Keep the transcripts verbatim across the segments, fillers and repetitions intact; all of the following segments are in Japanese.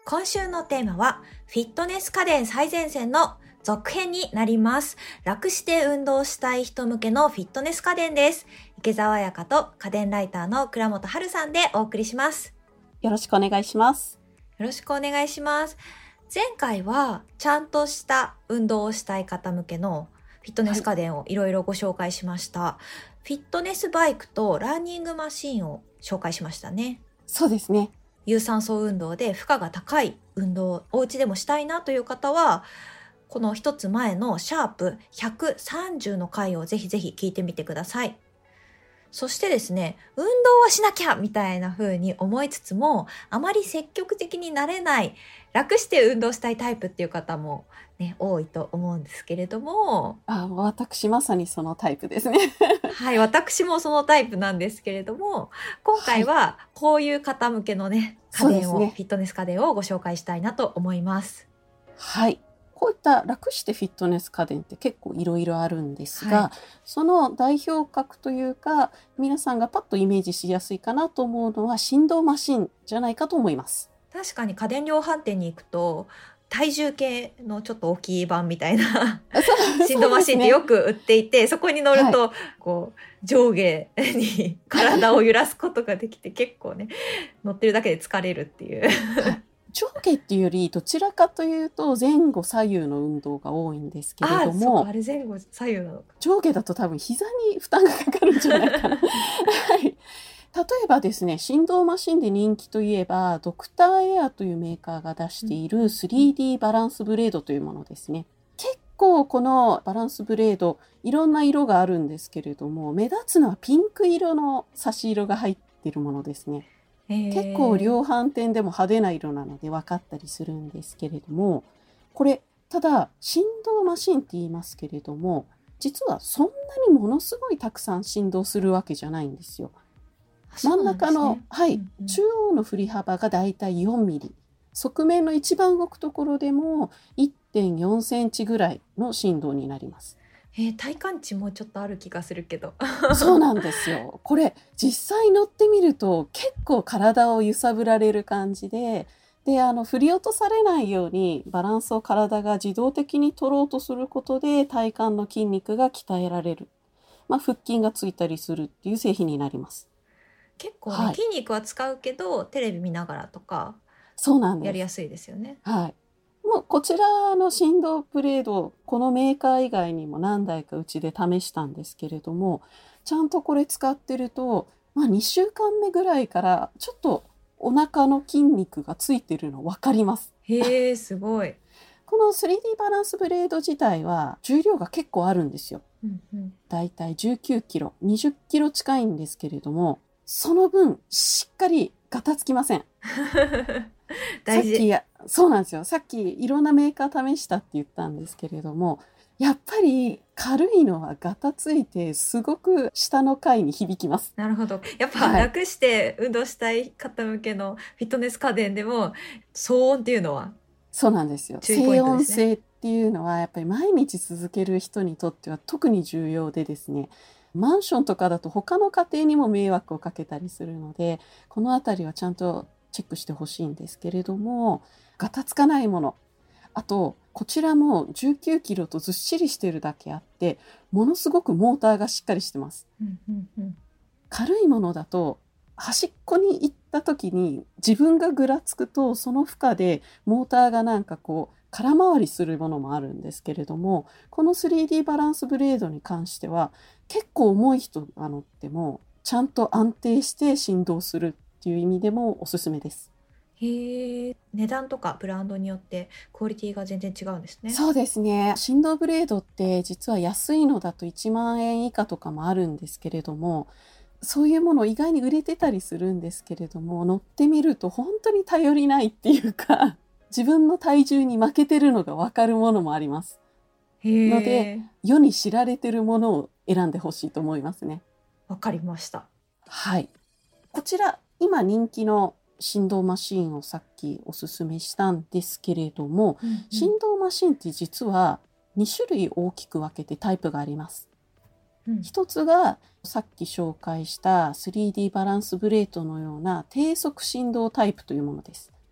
今週のテーマはフィットネス家電最前線の続編になります。楽して運動したい人向けのフィットネス家電です。池澤彩香と家電ライターの倉本春さんでお送りします。 よろしくお願いします。 よろしくお願いします。前回はちゃんとした運動をしたい方向けのフィットネス家電をいろいろご紹介しました、はい、フィットネスバイクとランニングマシンを紹介しましたね。 そうですね。 有酸素運動で負荷が高い運動をお家でもしたいなという方は、この一つ前のシャープひゃくさんじゅうの回をぜひぜひ聞いてみてください。そしてですね、運動はしなきゃみたいな風に思いつつも、あまり積極的になれない、楽して運動したいタイプっていう方もね、多いと思うんですけれども。 あ、私まさにそのタイプですね。 はい、私もそのタイプなんですけれども、今回はこういう方向けのね、家電を、ね、フィットネス家電をご紹介したいなと思います。 はい。こういった楽してフィットネス家電って結構いろいろあるんですが、はい、その代表格というか皆さんがパッとイメージしやすいかなと思うのは振動マシンじゃないかと思います。 確かに家電量販店に行くと体重計のちょっと大きい版みたいな振動マシンってよく売っていて、 そ, ね、そこに乗ると、はい、こう上下に体を揺らすことができて結構ね乗ってるだけで疲れるっていう、はい上下っていうよりどちらかというと前後左右の運動が多いんですけれども、 あ, あれ前後左右なのか。 上下だと多分膝に負担がかかるんじゃないかな、はい、例えばですね、振動マシンで人気といえばドクターエアというメーカーが出している スリーディー バランスブレードというものですね。結構このバランスブレードいろんな色があるんですけれども、目立つのはピンク色の差し色が入っているものですね。結構量販店でも派手な色なので分かったりするんですけれども、これただ振動マシンって言いますけれども、実はそんなにものすごいたくさん振動するわけじゃないんですよ。真ん中の、ね、はい、うんうん、中央の振り幅がだいたいよんミリ、側面の一番動くところでも いってんよんセンチぐらいの振動になります。 えー、体感値もちょっとある気がするけどそうなんですよ。これ実際乗ってみると結構体を揺さぶられる感じで、であの振り落とされないようにバランスを体が自動的に取ろうとすることで体幹の筋肉が鍛えられる、まあ、腹筋がついたりするっていう製品になります。 結構ね、はい、筋肉は使うけどテレビ見ながらとかそうなんです。 やりやすいですよね。 はい。もうこちらの振動ブレード、このメーカー以外にも何台かうちで試したんですけれども、ちゃんとこれ使ってると、まあ、にしゅうかんめぐらいからちょっとお腹の筋肉がついてるの分かります。 へー、すごい。 この スリーディー バランスブレード自体は重量が結構あるんですよ。うんうん、だいたいじゅうきゅうキロ、にじゅっキロ近いんですけれども、その分しっかりガタつきません。 大事。 さっきやそうなんですよ。さっきいろんなメーカー試したって言ったんですけれども、やっぱり軽いのはガタついてすごく下の階に響きます。 なるほど。やっぱ楽して運動したい方向けのフィットネス家電でも騒音っていうのはそうなんですよ。静音性っていうのはやっぱり毎日続ける人にとっては特に重要でですね、マンションとかだと他の家庭にも迷惑をかけたりするので、このあたりはちゃんとチェックしてほしいんですけれども、ガタつかないもの、あとこちらもじゅうきゅうキロとずっしりしてるだけあってものすごくモーターがしっかりしてます、うんうんうん、軽いものだと端っこに行った時に自分がぐらつくとその負荷でモーターがなんかこう空回りするものもあるんですけれども、この スリーディー バランスブレードに関しては結構重い人が乗ってもちゃんと安定して振動するっていう意味でもおすすめです。 へえ、値段とかブランドによってクオリティが全然違うんですね。 そうですね。振動ブレードって実は安いのだといちまんえん以下とかもあるんですけれども、そういうもの意外に売れてたりするんですけれども、乗ってみると本当に頼りないっていうか自分の体重に負けてるのが分かるものもあります。 へので世に知られてるものを選んでほしいと思いますね。 わかりました。 はい。こちら今人気の振動マシーンをさっきおすすめしたんですけれども、うんうん、振動マシーンって実はに種類大きく分けてタイプがあります。うん、一つがさっき紹介した スリーディー バランスブレードのような低速振動タイプというものです。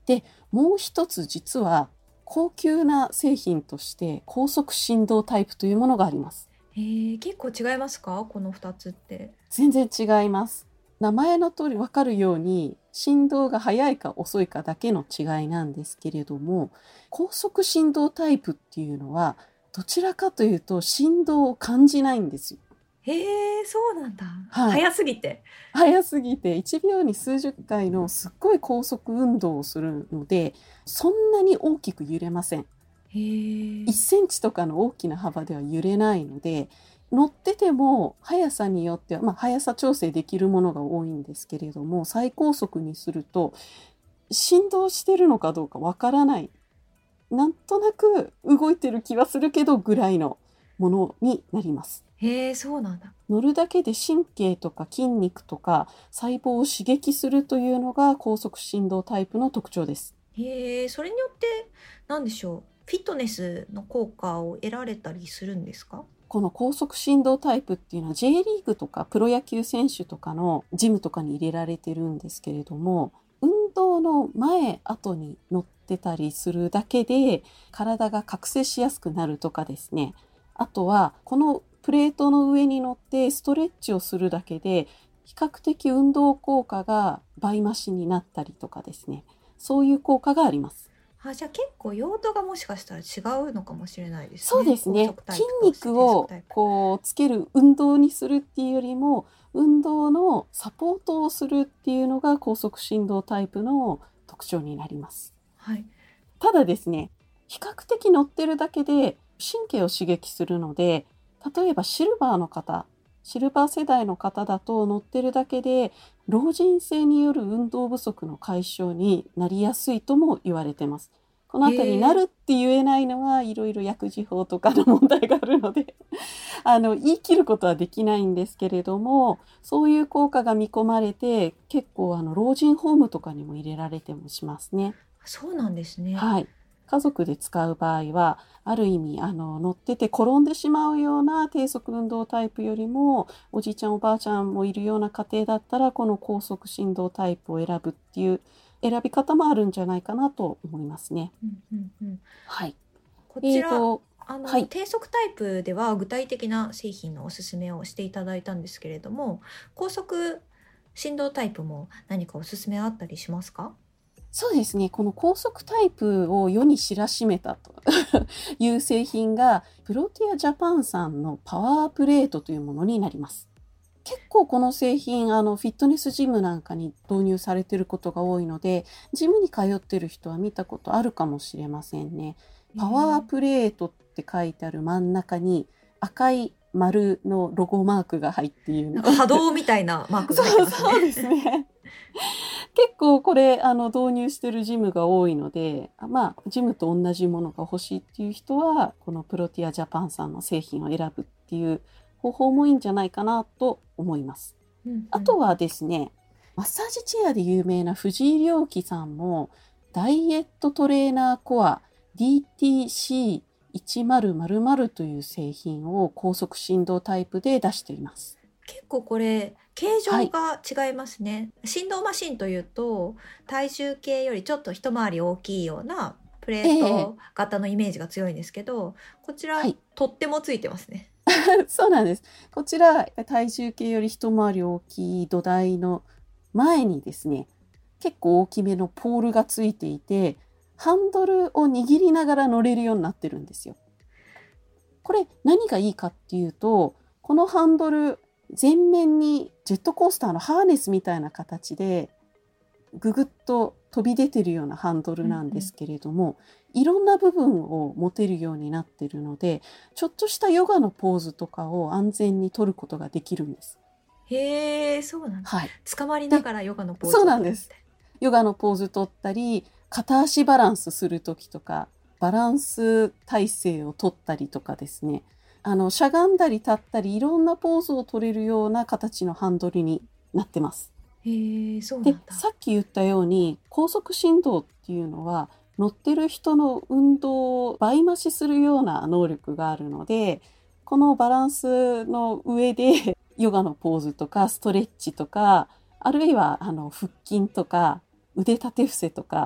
で、もう一つ実は高級な製品として高速振動タイプというものがあります。 えー、結構違いますか、このふたつって。 全然違います。名前の通り分かるように振動が速いか遅いかだけの違いなんですけれども、高速振動タイプっていうのはどちらかというと振動を感じないんですよ。 へえ、そうなんだ。 はい、 早すぎて。 速すぎていちびょうに数十回のすっごい高速運動をするので、そんなに大きく揺れません。 へえ。 いっセンチとかの大きな幅では揺れないので、乗ってても速さによっては、まあ、速さ調整できるものが多いんですけれども、最高速にすると振動してるのかどうかわからない、なんとなく動いてる気はするけどぐらいのものになります。 へえ、そうなんだ。 乗るだけで神経とか筋肉とか細胞を刺激するというのが高速振動タイプの特徴です。 へえ、それによって何でしょう、フィットネスの効果を得られたりするんですか？ この高速振動タイプっていうのは J リーグとかプロ野球選手とかのジムとかに入れられてるんですけれども、運動の前後に乗ってたりするだけで体が覚醒しやすくなるとかですね。あとはこのプレートの上に乗ってストレッチをするだけで比較的運動効果が倍増しになったりとかですね。そういう効果があります。 あ、じゃあ結構用途がもしかしたら違うのかもしれないですね。 そうですね。筋肉をこうつける運動にするっていうよりも、運動のサポートをするっていうのが高速振動タイプの特徴になります。 はい。 ただですね、比較的乗ってるだけで神経を刺激するので、例えばシルバーの方、シルバー世代の方だと乗ってるだけで老人性による運動不足の解消になりやすいとも言われてます。このあたりになるって言えないのはいろいろ薬事法とかの問題があるのであの言い切ることはできないんですけれども、そういう効果が見込まれて結構あの老人ホームとかにも入れられてもしますね。 そうなんですね。 はい。家族で使う場合はある意味あの乗ってて転んでしまうような低速運動タイプよりも、おじいちゃんおばあちゃんもいるような家庭だったらこの高速振動タイプを選ぶっていう選び方もあるんじゃないかなと思いますね。 うんうんうん、 はい。 こちら、 えーとあの、 はい、 低速タイプでは具体的な製品のおすすめをしていただいたんですけれども、高速振動タイプも何かおすすめあったりしますか？ そうですね。この高速タイプを世に知らしめたという製品がプロティアジャパンさんのパワープレートというものになります。結構この製品あのフィットネスジムなんかに導入されていることが多いので、ジムに通っている人は見たことあるかもしれませんね。パワープレートって書いてある真ん中に赤い丸のロゴマークが入っている。 なんか波動みたいなマークが入ってますね。 そうそうですね。結構これあの導入してるジムが多いので、まあジムと同じものが欲しいっていう人はこのプロティアジャパンさんの製品を選ぶっていう方法もいいんじゃないかなと思います。 うんうん、 あとはですね、マッサージチェアで有名な藤井良樹さんもダイエットトレーナーコア ディーティーシーいちまるまるまる という製品を高速振動タイプで出しています。 結構これ形状が違いますね、はい、振動マシンというと体重計よりちょっと一回り大きいようなプレート型のイメージが強いんですけど、えー、こちら、はい、とってもついてますね。 そうなんです。こちら体重計より一回り大きい土台の前にですね、結構大きめのポールがついていて、ハンドルを握りながら乗れるようになってるんですよ。これ何がいいかっていうと、このハンドル前面にジェットコースターのハーネスみたいな形でぐぐっと飛び出てるようなハンドルなんですけれども、うんうん、いろんな部分を持てるようになってるので、ちょっとしたヨガのポーズとかを安全に取ることができるんです。 へー、そうなんだ。 はい。 捕まりながらヨガのポーズ。 そうなんです。ヨガのポーズ取ったり、片足バランスするときとか、バランス体勢を取ったりとかですね。あの、しゃがんだり立ったり、いろんなポーズを取れるような形のハンドルになってます。 へー、そうなんだ。 で、さっき言ったように、高速振動っていうのは、乗ってる人の運動を倍増しするような能力があるので、このバランスの上で、ヨガのポーズとか、ストレッチとか、あるいはあの腹筋とか、腕立て伏せとか、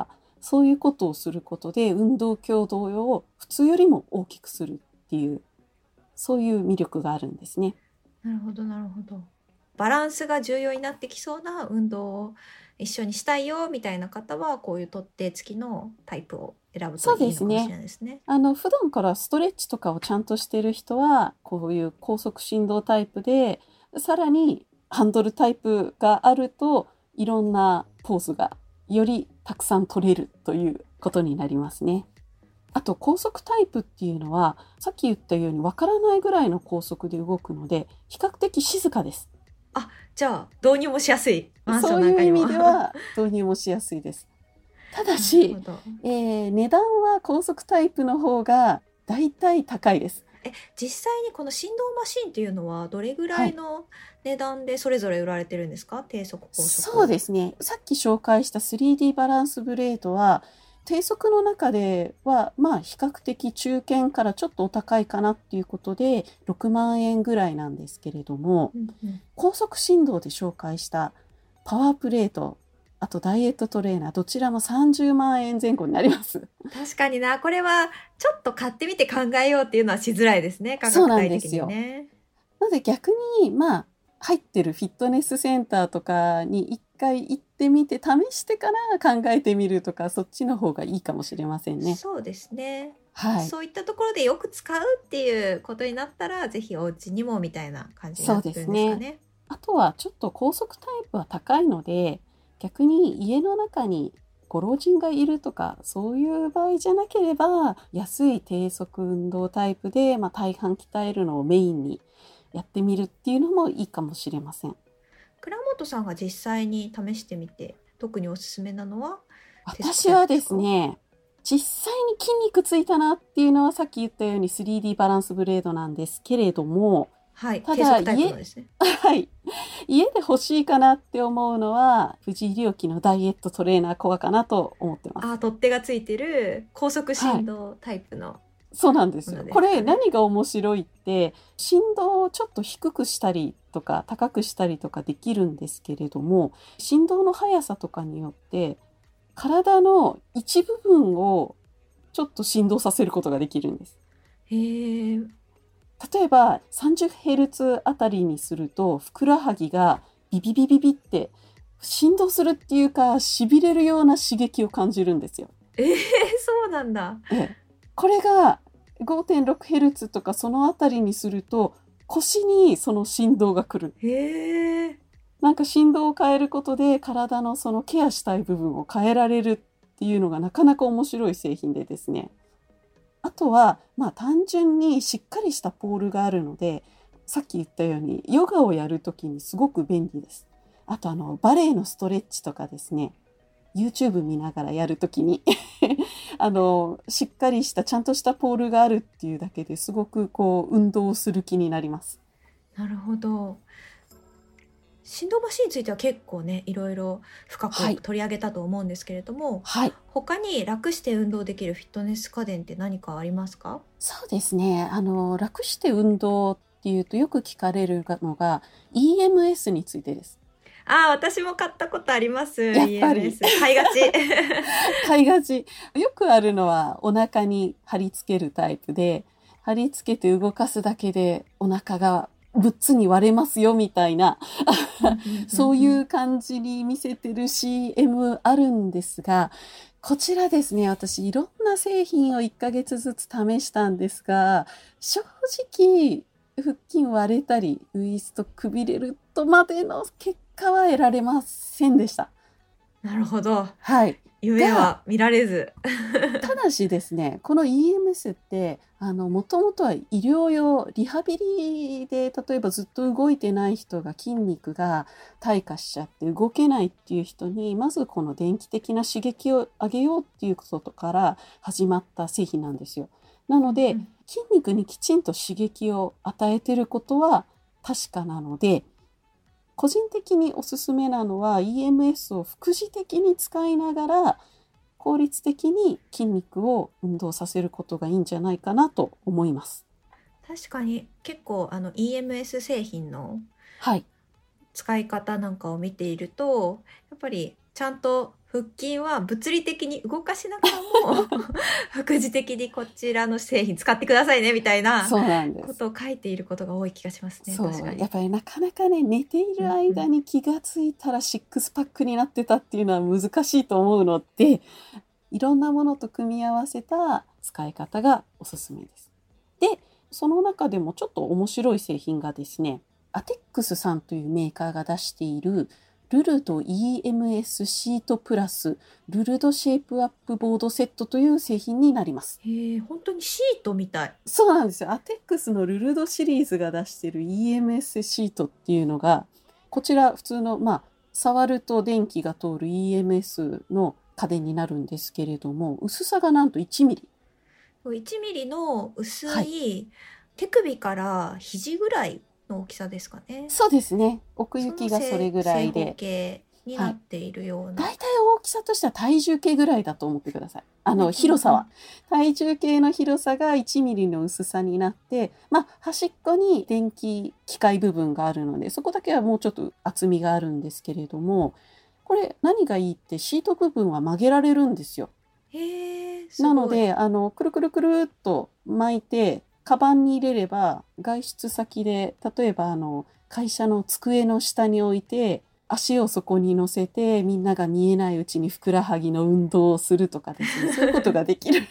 そういうことをすることで運動強度を普通よりも大きくするっていう、そういう魅力があるんですね。 なるほどなるほど。バランスが重要になってきそうな運動を一緒にしたいよみたいな方は、こういう取っ手付きのタイプを選ぶとそういいのかもしですね。 れないですね。 あの普段からストレッチとかをちゃんとしてる人はこういう高速振動タイプで、さらにハンドルタイプがあるといろんなポーズがよりたくさん取れるということになりますね。あと高速タイプっていうのはさっき言ったようにわからないぐらいの高速で動くので比較的静かです。 あ、じゃあ導入もしやすい。マンショそういう意ンなんかにも。 味では導入もしやすいです。ただなるしほ、ど。 えー値段は高速タイプの方がだいたい高いです。 え、実際にこの振動マシンっていうのはどれぐらはい。 いの値段でそれぞれ売られてるんですか？低速、高そう速。 ですね。さっき紹介した スリーディー バランスブレードは低速の中ではまあ比較的中堅からちょっとお高いかなっていうことでろくまんえんぐらいなんですけれども、 うんうん。 高速振動で紹介したパワープレート、あとダイエットトレーナー、どちらもさんじゅうまんえん前後になります。 確かにな、これはちょっと買ってみて考えようっていうのはしづらいですね、価そうなん格帯的ですよ。 にね。 なので逆に、まあ、入ってるフィットネスセンターとかに一回行ってみて、試してから考えてみるとか、そっちの方がいいかもしれませんね。 そうですね。 はい。 そういったところでよく使うっていうことになったら、ぜひお家にもみたいな感じにそうでなってくるんですかすね。 ね。 あとはちょっと高速タイプは高いので、逆に家の中にご老人がいるとか、そういう場合じゃなければ、安い低速運動タイプで、まあ、体幹鍛えるのをメインにやってみるっていうのもいいかもしれません。 倉本さんが実際に試してみて、特におすすめなのは低速私はでタイプですか？ すね、実際に筋肉ついたなっていうのはさっき言ったように スリーディー バランスブレードなんですけれども、 はい、 た低速タイプだ家、 のですね。 はい、家で欲しいかなって思うのは藤井亮樹のダイエットトレーナーコアかなと思ってます。 あ、取っ手がついてる高速はい。 振動タイプのそうなんですものよ。こですかね。 れ何が面白いって振動をちょっと低くしたりとか高くしたりとかできるんですけれども、振動の速さとかによって体の一部分をちょっと振動させることができるんです。 へえ。 例えば さんじゅうヘルツ あたりにするとふくらはぎがビビビビビって振動するっていうか痺れるような刺激を感じるんですよ。 えー、そうなんだ。 ええ、これが ごてんろくヘルツ とかそのあたりにすると腰にその振動が来る。 へえ。 なんか振動を変えることで体のそのケアしたい部分を変えられるっていうのがなかなか面白い製品でですね。あとは、まあ単純にしっかりしたポールがあるので、さっき言ったようにヨガをやるときにすごく便利です。あとあのバレエのストレッチとかですね、YouTube 見ながらやるときにあのしっかりしたちゃんとしたポールがあるっていうだけですごくこう運動をする気になります。 なるほど。振動マシンについては結構ね、いろいろ深はい。 く取り上げたと思うんですけれども、 はい。 他に楽して運動できるフィットネス家電って何かありますか？ そうですね。あの、楽して運動っていうとよく聞かれるのが イーエムエス についてです。 ああ、私も買ったことあります。 やっぱりイーエムエス。買いがち。 買いがち。よくあるのはお腹に貼り付けるタイプで、貼り付けて動かすだけでお腹がぶっつに割れますよみたいな、 うんうんうんそういうん。 う感じに見せてる シーエム あるんですが、こちらですね、私いろんな製品をいっかげつずつ試したんですが、正直、腹筋割れたり、ウイストくびれるとまでの結果は得られませんでした。 なるほど。 はい。が、 夢は見られず。 ただしですね、この イーエムエス って、あの、もともとは医療用、リハビリで、例えばずっと動いてない人が筋肉が退化しちゃって動けないっていう人に、まずこの電気的な刺激を上げようっていうことから始まった製品なんですよ。なので、 うんうん。 筋肉にきちんと刺激を与えてることは確かなので、個人的におすすめなのは イーエムエス を副次的に使いながら効率的に筋肉を運動させることがいいんじゃないかなと思います。 確かに結構あの イーエムエス 製品のはい。 使い方なんかを見ていると、やっぱりちゃんと腹筋は物理的に動かしながらも副次的にこちらの製品使ってくださいねみたいなそうなんです。 ことを書いていることが多い気がしますね。 そう、 確かに。 やっぱりなかなかね、寝ている間に気がついたらシックスパックになってたっていうのは難しいと思うので、いろんなものと組み合わせた使い方がおすすめです。で、その中でもちょっと面白い製品がですね、アテックスさんというメーカーが出しているルルド イーエムエス シートプラスルルドシェイプアップボードセットという製品になります。 へえ、本当にシートみたい。 そうなんですよ。アテックスのルルドシリーズが出している イーエムエス シートっていうのが、こちら普通の、まあ、触ると電気が通る イーエムエス の家電になるんですけれども、薄さがなんといちミリ。 いちミリの薄い、 は手首から肘ぐらいの大きさですかね。 そうですね。奥行きがそれぐらい正方で。 形になっているような。 大体大きさとしては体重計ぐらいだと思ってください。あの、 うんうんうん広さは。体重計の広さがいちミリの薄さになって、まあ、端っこに電気機械部分があるので、そこだけはもうちょっと厚みがあるんですけれども、これ何がいいってシート部分は曲げられるんですよ。 へえ、すごい。 なので、あの、くるくるくるっと巻いて、カバンに入れれば、外出先で、例えばあの、会社の机の下に置いて、足をそこに乗せて、みんなが見えないうちにふくらはぎの運動をするとかですね、そういうことができる。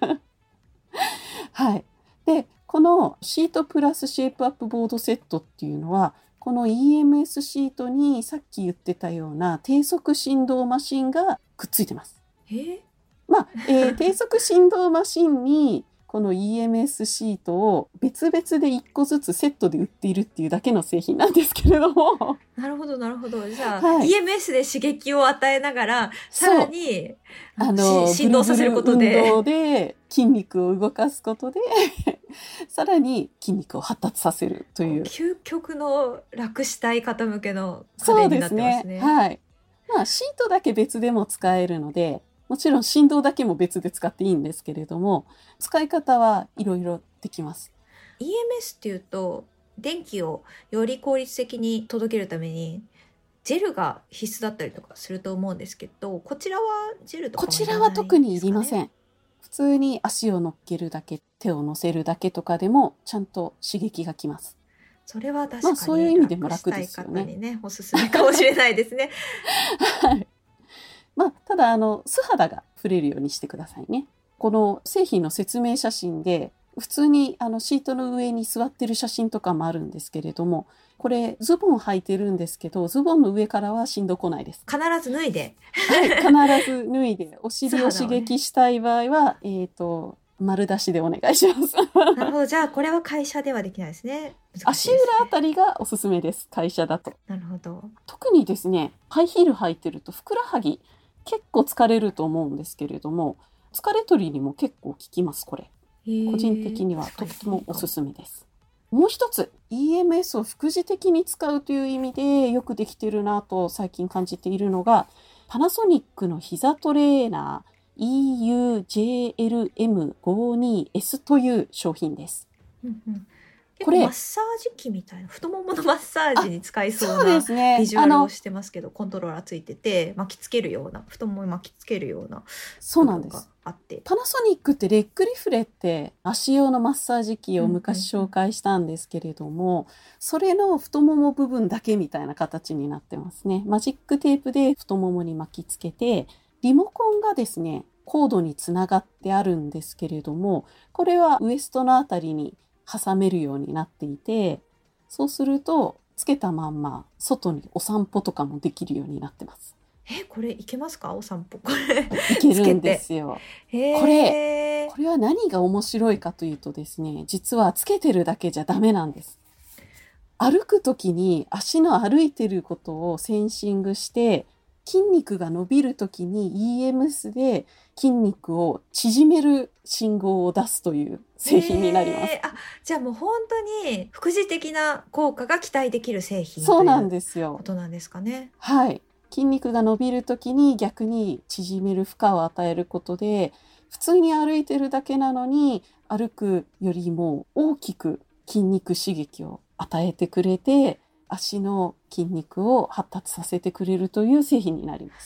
はい。で、このシートプラスシェイプアップボードセットっていうのは、この イーエムエス シートにさっき言ってたような低速振動マシンがくっついてます。 へえ、 まあ、えー低速振動マシンにこの イーエムエス シートを別々でいっこずつセットで売っているっていうだけの製品なんですけれども。 なるほどなるほど。じゃあ、 はいイーエムエス で刺激を与えながらさらにあの、 し振動させることでブルブル運動で筋肉を動かすことで、さらに筋肉を発達させるという。 究極の楽したい方向けの家そう電になですね。 ってますね。 はい。まあ、シートだけ別でも使えるので、もちろん振動だけも別で使っていいんですけれども、使い方はいろいろできます。 イーエムエス っていうと電気をより効率的に届けるためにジェルが必須だったりとかすると思うんですけど、こちらはジェルとかこちらは特にいりません。 ん。普通に足を乗っけるだけ、手を乗せるだけとかでもちゃんと刺激がきます。 それは確かに、 まあそういう意味でも楽ですよね。 楽したい方にね、おすすめかもしれないですね。 はい。まあ、ただ、あの、素肌が触れるようにしてくださいね。この製品の説明写真で、普通にあのシートの上に座ってる写真とかもあるんですけれども、これズボン履いてるんですけど、ズボンの上からはしんどこないです。 必ず脱いで。 はい、必ず脱いで、お尻を刺激したい場合は、ね、えっと、丸出しでお願いします。 なるほど。じゃあ、これは会社ではできないですね。難しい足ですね。 裏あたりがおすすめです。会社だと。 なるほど。 特にですね、ハイヒール履いてるとふくらはぎ結構疲れると思うんですけれども、疲れ取りにも結構効きます、これ。個人的にはとってもおすすめです。もう一つ、イーエムエス を副次的に使うという意味でよくできているなと最近感じているのが、パナソニックの膝トレーナー イーユージェーエルエムごじゅうにエス という商品です。 うんうん、結これ構マッサージ機みたいな、太もものマッサージに使いそうそうなですね。 ビジュアルをしてますけど、コントローラーついてて巻きつけるような、太ももに巻きつけるようなそうなんです。 あって、 パナソニックってレッグリフレって足用のマッサージ機を昔紹介したんですけれども、うんうんうん、それの太もも部分だけみたいな形になってますね。マジックテープで太ももに巻きつけて、リモコンがですね、コードにつながってあるんですけれども、これはウエストのあたりに挟めるようになっていて、そうするとつけたまんま外にお散歩とかもできるようになってます。 え、これいけますか？お散歩。これいけるんですよ。 へー、 これ、これは何が面白いかというとですね、実はつけてるだけじゃダメなんです。歩くときに足の歩いてることをセンシングして、筋肉が伸びるときに イーエムエス で筋肉を縮める信号を出すという製品になります。 あ、じゃあもう本当に副次的な効果が期待できる製品そうなんとですよ。 いうことなんですかね。 はい。筋肉が伸びるときに逆に縮める負荷を与えることで、普通に歩いてるだけなのに歩くよりも大きく筋肉刺激を与えてくれて、足の筋肉を発達させてくれるという製品になります。 こ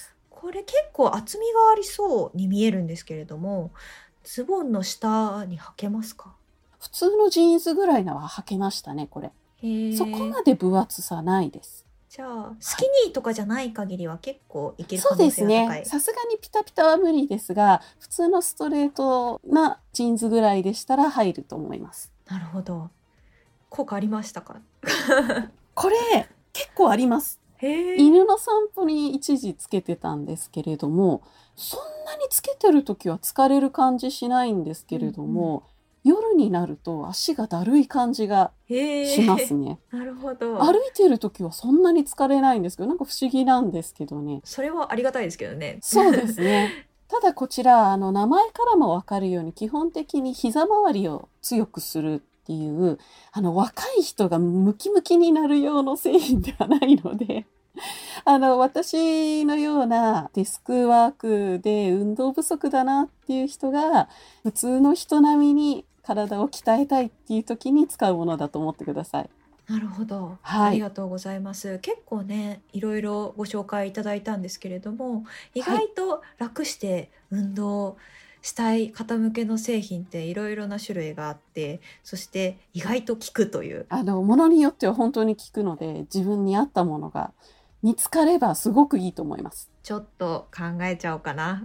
これ結構厚みがありそうに見えるんですけれども、ズボンの下に履けますか？ 普通のジーンズぐらいのは履けましたね、これ。 へー。 そこまで分厚さないです。 じゃあスキニーとかじゃない限りは結構いける可そうです能性が高い。 ね。さすがにピタピタは無理ですが、普通のストレートなジーンズぐらいでしたら入ると思います。 なるほど。効果ありましたか？ これ結構あります。 へー。 犬の散歩に一時つけてたんですけれども、そんなにつけてる時は疲れる感じしないんですけれども、うんうん、夜になると足がだるい感じがしますね。 なるほど。 歩いてる時はそんなに疲れないんですけど、なんか不思議なんですけどね。 それはありがたいですけどね。 そうですね。ただこちら、あの、名前からもわかるように、基本的に膝周りを強くするっていう、あの、若い人がムキムキになる用の製品ではないので、あの、私のようなデスクワークで運動不足だなっていう人が、普通の人並みに体を鍛えたいっていう時に使うものだと思ってください。 なるほど、 はい、 ありがとうございます。結構ね、いろいろご紹介いただいたんですけれども、意外と楽して運動したい方向けの製品っていろいろな種類があって、そして意外と効くという。 あの、ものによっては本当に効くので、自分に合ったものが見つかればすごくいいと思います。 ちょっと考えちゃおうかな。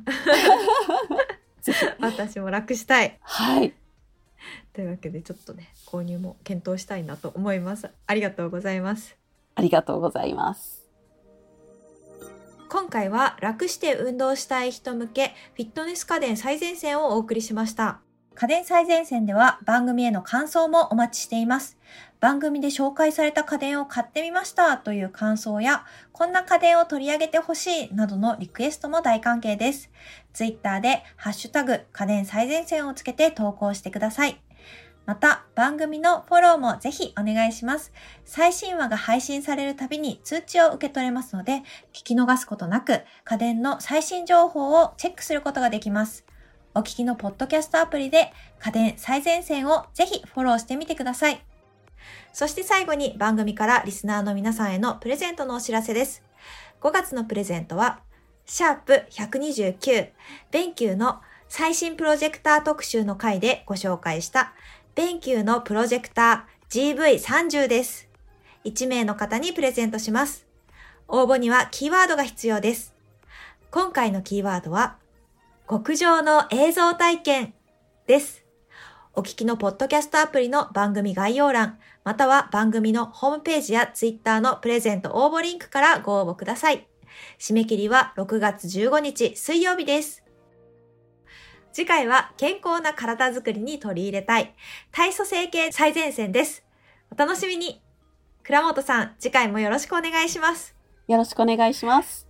私も楽したい。 はい。 というわけでちょっとね、購入も検討したいなと思います。ありがとうございます。 ありがとうございます。 今回は楽して運動したい人向けフィットネス家電最前線をお送りしました。家電最前線では番組への感想もお待ちしています。番組で紹介された家電を買ってみましたという感想や、こんな家電を取り上げてほしいなどのリクエストも大歓迎です。ツイッターでハッシュタグ家電最前線をつけて投稿してください。また番組のフォローもぜひお願いします。最新話が配信されるたびに通知を受け取れますので、聞き逃すことなく家電の最新情報をチェックすることができます。お聞きのポッドキャストアプリで家電最前線をぜひフォローしてみてください。そして最後に番組からリスナーの皆さんへのプレゼントのお知らせです。ごがつのプレゼントはシャープひゃくにじゅうきゅうベンキューの最新プロジェクター特集の回でご紹介したベンキューのプロジェクター ジーブイさんじゅう です。いち名の方にプレゼントします。応募にはキーワードが必要です。今回のキーワードは極上の映像体験です。お聞きのポッドキャストアプリの番組概要欄、または番組のホームページやツイッターのプレゼント応募リンクからご応募ください。締め切りはろくがつじゅうごにち水曜日です。次回は健康な体づくりに取り入れたい体組成計最前線です。お楽しみに。倉本さん、次回もよろしくお願いします。 よろしくお願いします。